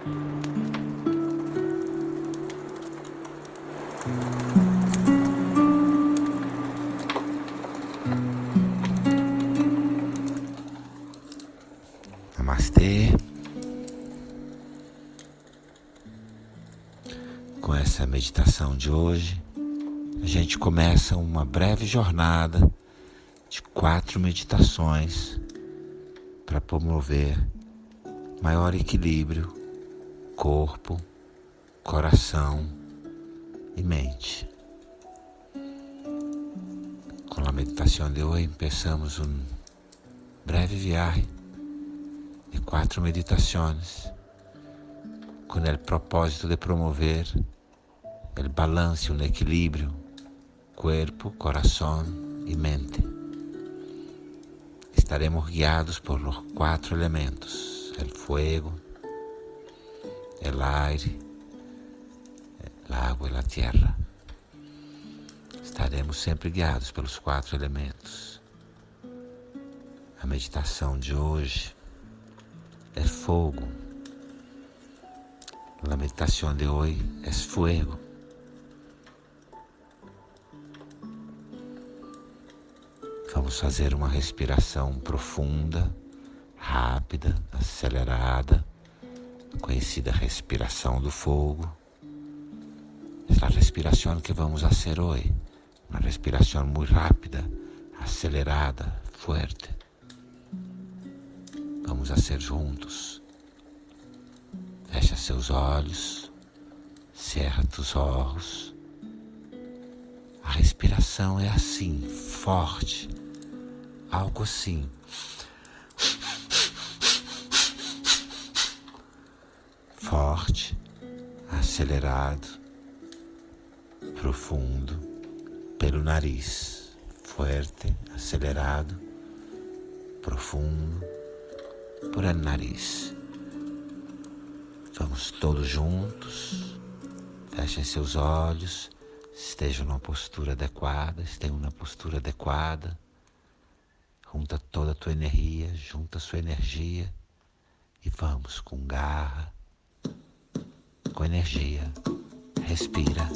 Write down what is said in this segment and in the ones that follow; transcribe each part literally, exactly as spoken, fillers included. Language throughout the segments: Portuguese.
Namastê. Com essa meditação de hoje, a gente começa uma breve jornada de quatro meditações para promover maior equilíbrio, corpo, coração e mente. Com a meditação de hoje, começamos um breve viagem de quatro meditações com o propósito de promover o balance, o equilíbrio, corpo, coração e mente. Estaremos guiados por los quatro elementos: el fuego, el aire, el agua e a terra. Estaremos sempre guiados pelos quatro elementos. A meditação de hoje é fogo. A meditação de hoje é fuego. Vamos fazer uma respiração profunda, rápida, acelerada, conhecida respiração do fogo. Essa respiração que vamos fazer hoje, uma respiração muito rápida, acelerada, forte. Vamos fazer juntos. Fecha seus olhos, cerra os olhos. A respiração é assim, forte, algo assim. Forte, acelerado, profundo, pelo nariz. Forte, acelerado, profundo, por el nariz. Vamos todos juntos. Fechem seus olhos. Estejam numa postura adequada, estejam na postura adequada. Junta toda a tua energia, junta a sua energia e vamos com garra, com energia. Respira.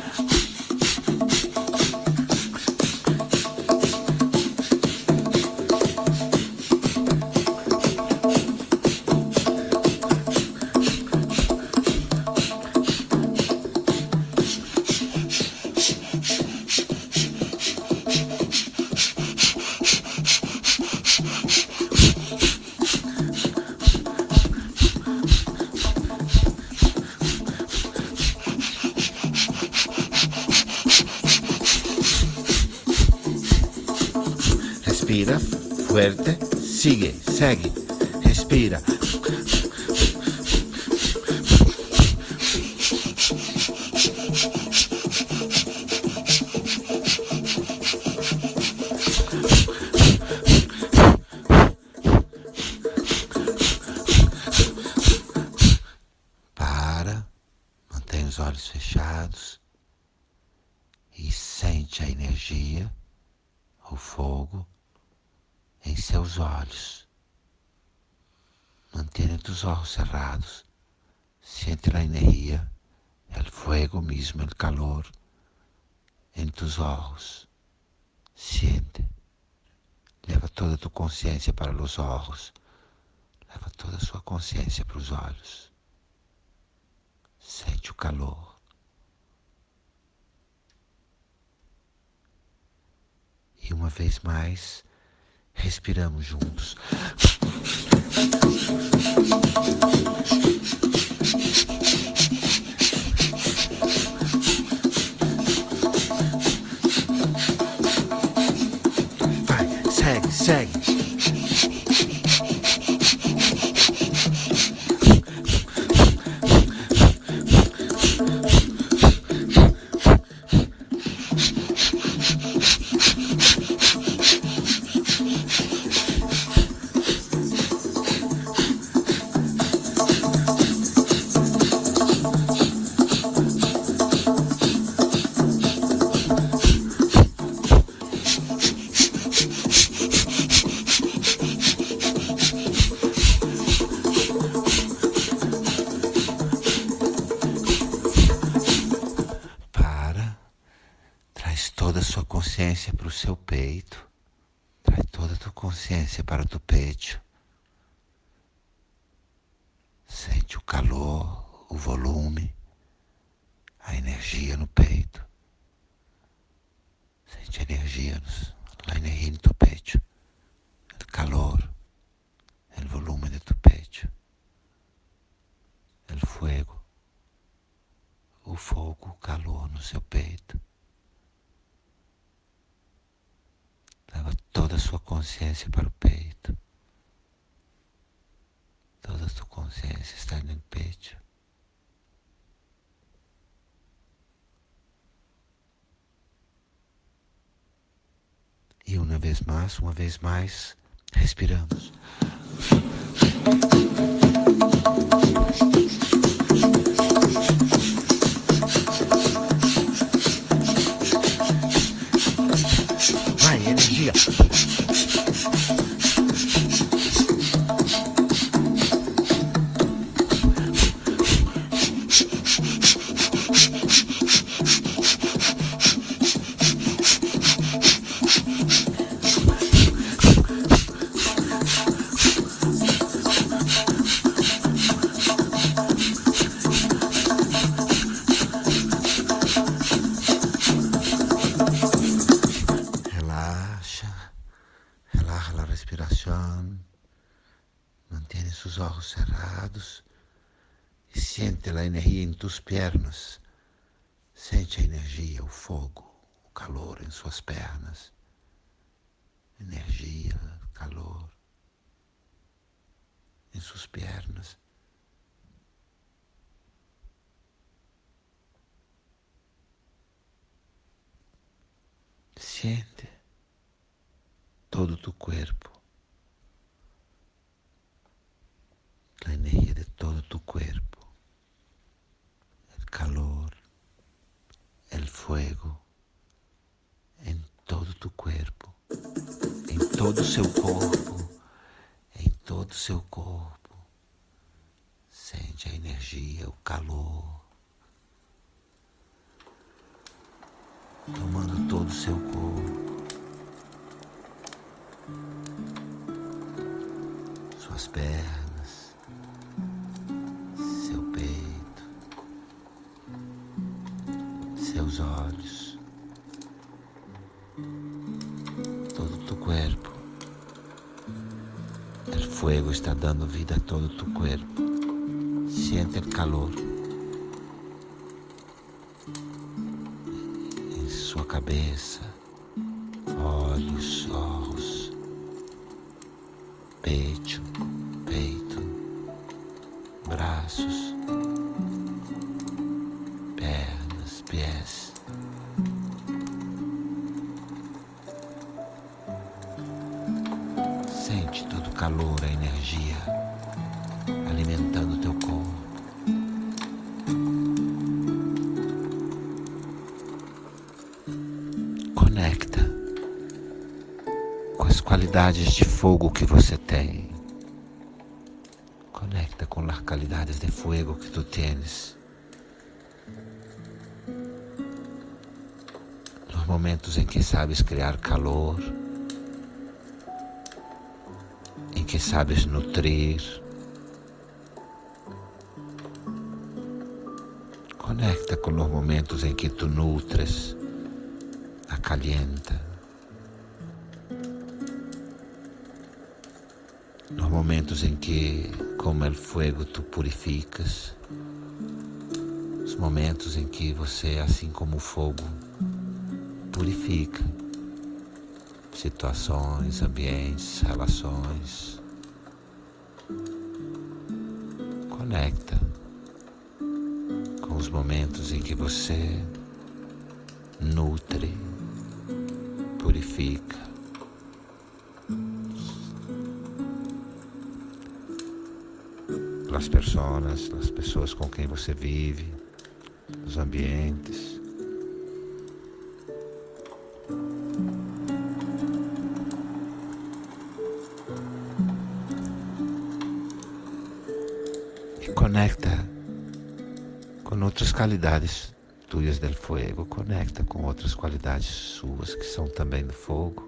Respira, fuerte, sigue, segue, respira. Para, mantém os olhos fechados e sente a energia, o fogo em seus olhos. Mantenha os olhos cerrados. Siente a energia, o fuego mesmo, o calor em tus olhos. Siente. Leva toda a tua consciência para os olhos. Leva toda a sua consciência para os olhos. Sente o calor. E uma vez mais, respiramos juntos. Vai, segue, segue. consciência para o seu peito. Traz toda a tua consciência para o teu peito. Sente o calor, o volume, a energia no peito. Sente a energia, a energia no teu peito. O calor, o volume de tu peito. O fogo, o fogo, o calor no seu peito. Leva toda a sua consciência para o peito. Toda a sua consciência está no peito. E uma vez mais, uma vez mais, respiramos. Vai, energia. Mantém seus olhos cerrados e sente a energia em tus pernas. Sente a energia, o fogo, o calor em suas pernas. Energia, calor em suas pernas. Sente todo tu corpo. La energía de todo tu cuerpo, el calor, el fuego, en todo tu cuerpo, em todo o seu corpo, em todo o seu corpo. Sente a energia, o calor, tomando todo o seu corpo, suas pernas, seus olhos, todo tu corpo. O fogo está dando vida a todo tu corpo. Siente o calor em sua cabeça, olhos, olhos, peito, peito, braços, pés. Sente todo o calor, a energia alimentando o teu corpo. Conecta com as qualidades de fogo que você tem. Conecta com as qualidades de fogo que tu tens. Momentos em que sabes criar calor, em que sabes nutrir. Conecta com os momentos em que tu nutres, acalienta. Nos momentos em que, como o fogo, tu purificas. Os momentos em que você, assim como o fogo, purifica situações, ambientes, relações. Conecta com os momentos em que você nutre, purifica. As pessoas, as pessoas com quem você vive, os ambientes. Conecta com outras qualidades tuyas del fuego, conecta com outras qualidades suas que são também do fogo.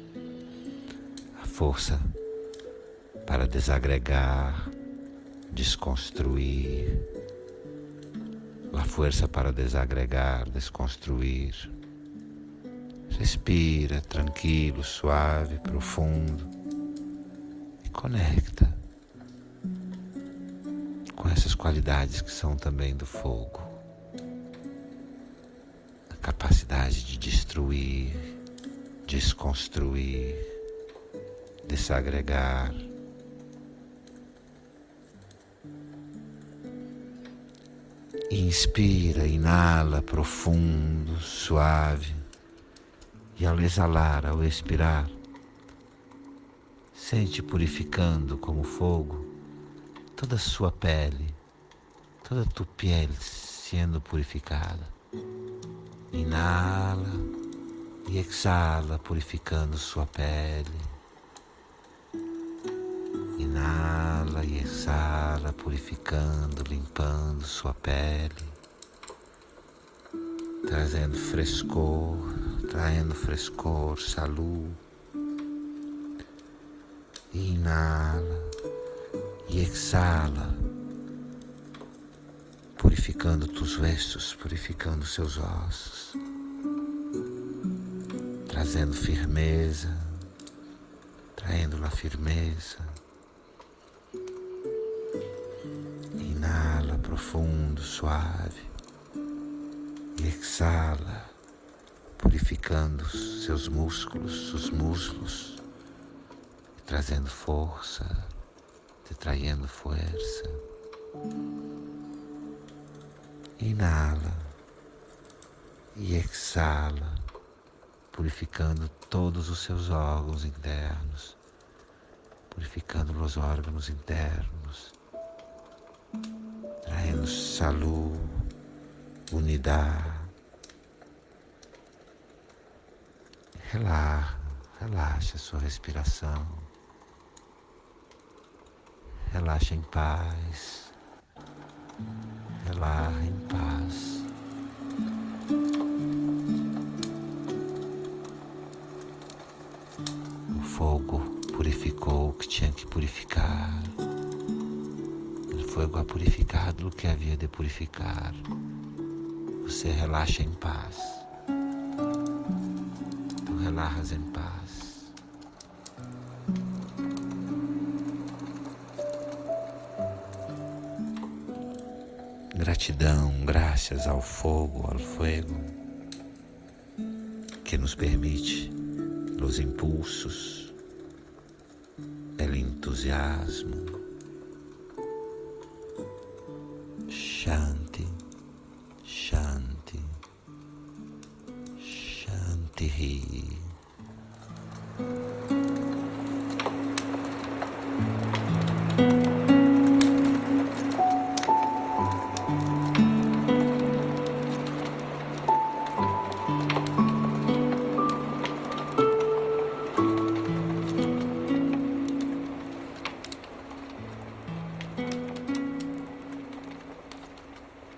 A força para desagregar, desconstruir. A força para desagregar, desconstruir. Respira tranquilo, suave, profundo e conecta com essas qualidades que são também do fogo. A capacidade de destruir, desconstruir, desagregar. Inspira, inala profundo, suave. E ao exalar, ao expirar, sente purificando como fogo toda a sua pele, toda a tua pele sendo purificada. Inala e exala, purificando sua pele. Inala e exala, purificando, limpando sua pele, trazendo frescor, trazendo frescor, saúde. Inala e exala, purificando tus ossos, purificando seus ossos, trazendo firmeza, trazendo a firmeza. Inala profundo, suave e exala, purificando seus músculos, os músculos, trazendo força, te trazendo força. Inala e exala, purificando todos os seus órgãos internos, purificando os órgãos internos, trazendo saúde, unidade. Relaxa, relaxa a sua respiração. Relaxa em paz. Relaxa em paz. O fogo purificou o que tinha que purificar. O fogo ha purificado o que havia de purificar. Você relaxa em paz. Tu relaxas em paz. Gratidão, graças ao fogo, ao fuego, que nos permite os impulsos, o entusiasmo. Shanti, Shanti, Shanti.